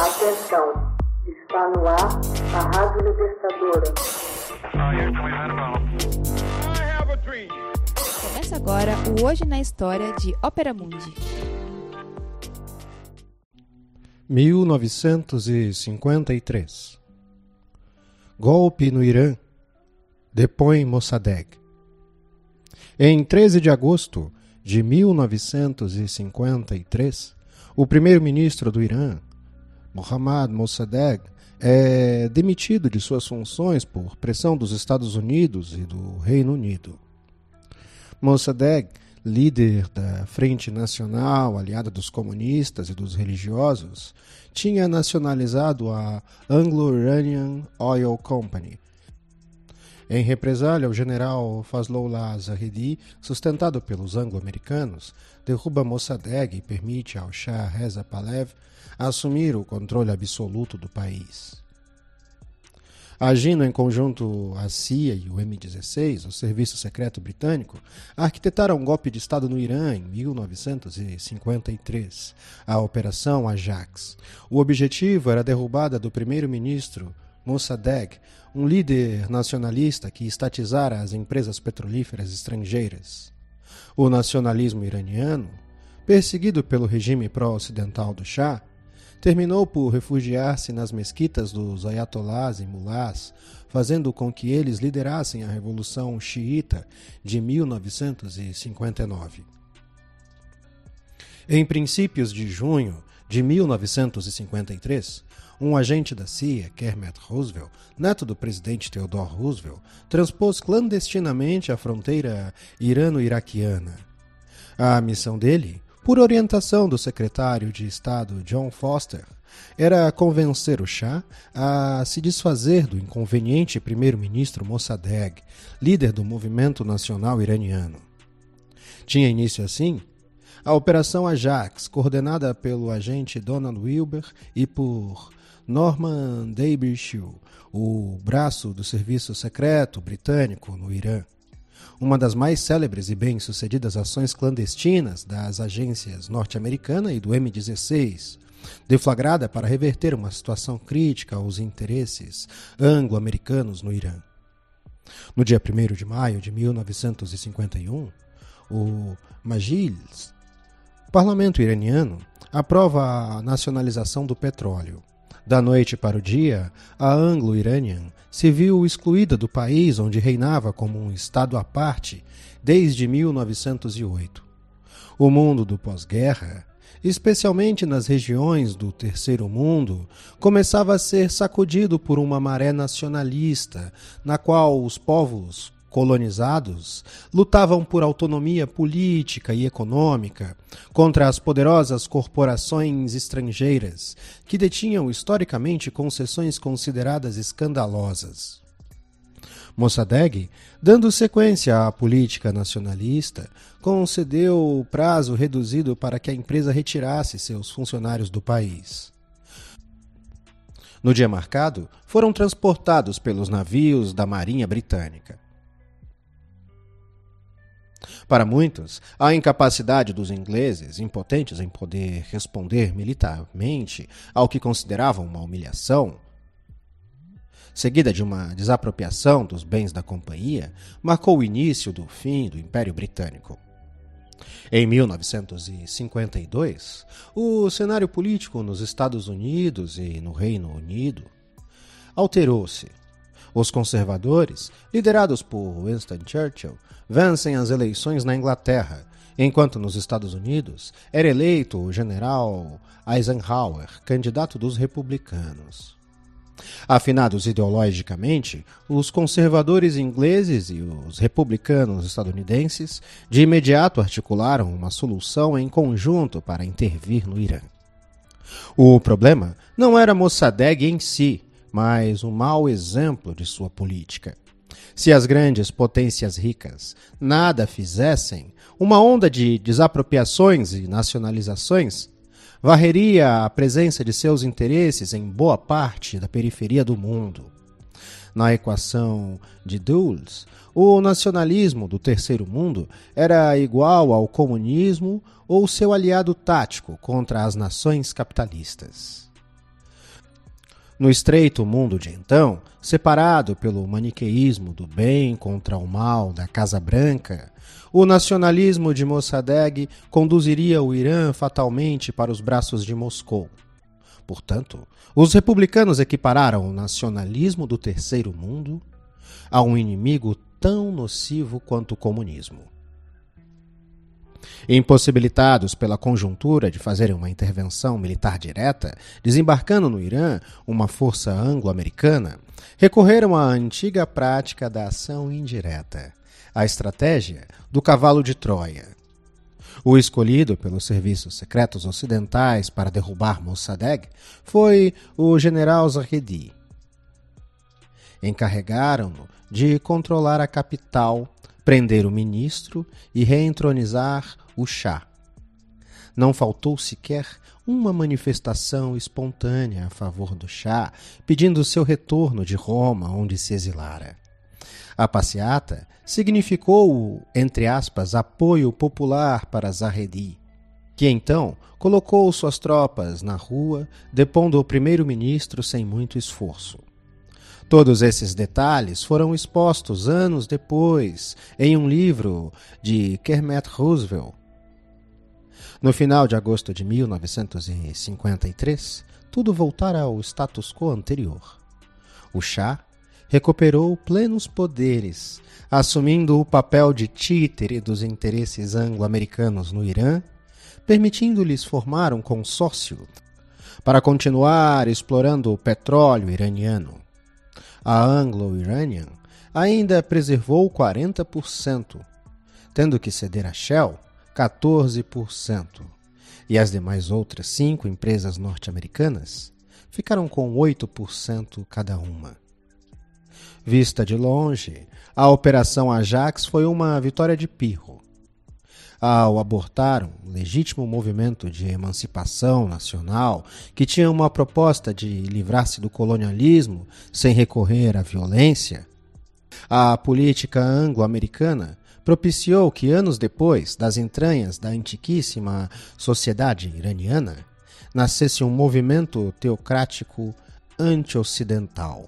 Atenção, está no ar a Rádio Libertadora. Começa agora o Hoje na História de Ópera Mundi. 1953. Golpe no Irã. Depõe Mossadegh. Em 13 de agosto de 1953, o primeiro-ministro do Irã, Mohammad Mossadegh, é demitido de suas funções por pressão dos Estados Unidos e do Reino Unido. Mossadegh, líder da Frente Nacional, aliada dos comunistas e dos religiosos, tinha nacionalizado a Anglo-Iranian Oil Company. Em represália, o general Fazlollah Zahedi, sustentado pelos anglo-americanos, derruba Mossadegh e permite ao Shah Reza Pahlavi assumir o controle absoluto do país. Agindo em conjunto a CIA e o M-16, o Serviço Secreto Britânico, arquitetaram um golpe de Estado no Irã em 1953, a Operação Ajax. O objetivo era a derrubada do primeiro-ministro Mossadegh, um líder nacionalista que estatizara as empresas petrolíferas estrangeiras. O nacionalismo iraniano, perseguido pelo regime pró-ocidental do Shah, terminou por refugiar-se nas mesquitas dos ayatolás e mulás, fazendo com que eles liderassem a Revolução Xiita de 1959. Em princípios de junho de 1953, um agente da CIA, Kermit Roosevelt, neto do presidente Theodore Roosevelt, transpôs clandestinamente a fronteira irano-iraquiana. A missão dele, por orientação do secretário de Estado John Foster, era convencer o Shah a se desfazer do inconveniente primeiro-ministro Mossadegh, líder do movimento nacional iraniano. Tinha início assim a Operação Ajax, coordenada pelo agente Donald Wilber e por Norman Derbyshire, o braço do serviço secreto britânico no Irã. Uma das mais célebres e bem-sucedidas ações clandestinas das agências norte-americana e do M-16, deflagrada para reverter uma situação crítica aos interesses anglo-americanos no Irã. No dia 1º de maio de 1951, o Majlis, parlamento iraniano, aprova a nacionalização do petróleo. Da noite para o dia, a Anglo-Iranian se viu excluída do país onde reinava como um estado à parte desde 1908. O mundo do pós-guerra, especialmente nas regiões do Terceiro Mundo, começava a ser sacudido por uma maré nacionalista, na qual os povos colonizados lutavam por autonomia política e econômica contra as poderosas corporações estrangeiras que detinham historicamente concessões consideradas escandalosas. Mossadegh, dando sequência à política nacionalista, concedeu prazo reduzido para que a empresa retirasse seus funcionários do país. No dia marcado, foram transportados pelos navios da Marinha Britânica. Para muitos, a incapacidade dos ingleses, impotentes em poder responder militarmente ao que consideravam uma humilhação, seguida de uma desapropriação dos bens da companhia, marcou o início do fim do Império Britânico. Em 1952, o cenário político nos Estados Unidos e no Reino Unido alterou-se. Os conservadores, liderados por Winston Churchill, vencem as eleições na Inglaterra, enquanto nos Estados Unidos era eleito o general Eisenhower, candidato dos republicanos. Afinados ideologicamente, os conservadores ingleses e os republicanos estadunidenses de imediato articularam uma solução em conjunto para intervir no Irã. O problema não era Mossadegh em si, mas um mau exemplo de sua política. Se as grandes potências ricas nada fizessem, uma onda de desapropriações e nacionalizações varreria a presença de seus interesses em boa parte da periferia do mundo. Na equação de Dulles, o nacionalismo do Terceiro Mundo era igual ao comunismo ou seu aliado tático contra as nações capitalistas. No estreito mundo de então, separado pelo maniqueísmo do bem contra o mal da Casa Branca, o nacionalismo de Mossadegh conduziria o Irã fatalmente para os braços de Moscou. Portanto, os republicanos equipararam o nacionalismo do terceiro mundo a um inimigo tão nocivo quanto o comunismo. Impossibilitados pela conjuntura de fazerem uma intervenção militar direta, desembarcando no Irã uma força anglo-americana, recorreram à antiga prática da ação indireta, a estratégia do cavalo de Troia. O escolhido pelos serviços secretos ocidentais para derrubar Mossadegh foi o general Zahedi. Encarregaram-no de controlar a capital, prender o ministro e reentronizar o Shah. Não faltou sequer uma manifestação espontânea a favor do Shah, pedindo seu retorno de Roma, onde se exilara. A passeata significou o, entre aspas, apoio popular para Zahedi, que então colocou suas tropas na rua, depondo o primeiro-ministro sem muito esforço. Todos esses detalhes foram expostos anos depois em um livro de Kermit Roosevelt. No final de agosto de 1953, tudo voltara ao status quo anterior. O Shah recuperou plenos poderes, assumindo o papel de títere dos interesses anglo-americanos no Irã, permitindo-lhes formar um consórcio para continuar explorando o petróleo iraniano. A Anglo-Iranian ainda preservou 40%, tendo que ceder a Shell 14%, e as demais outras 5 empresas norte-americanas ficaram com 8% cada uma. Vista de longe, a Operação Ajax foi uma vitória de pirro. Ao abortar um legítimo movimento de emancipação nacional que tinha uma proposta de livrar-se do colonialismo sem recorrer à violência, a política anglo-americana propiciou que anos depois, das entranhas da antiquíssima sociedade iraniana, nascesse um movimento teocrático anti-ocidental.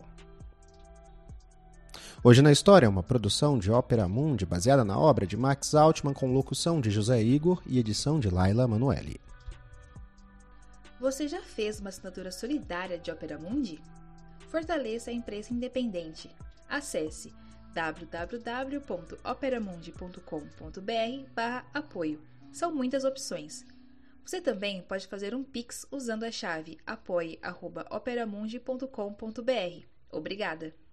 Hoje na História é uma produção de Ópera Mundi baseada na obra de Max Altman com locução de José Igor e edição de Laila Manoeli. Você já fez uma assinatura solidária de Ópera Mundi? Fortaleça a imprensa independente. Acesse www.operamundi.com.br/apoio. São muitas opções. Você também pode fazer um Pix usando a chave apoie@operamundi.com.br. Obrigada!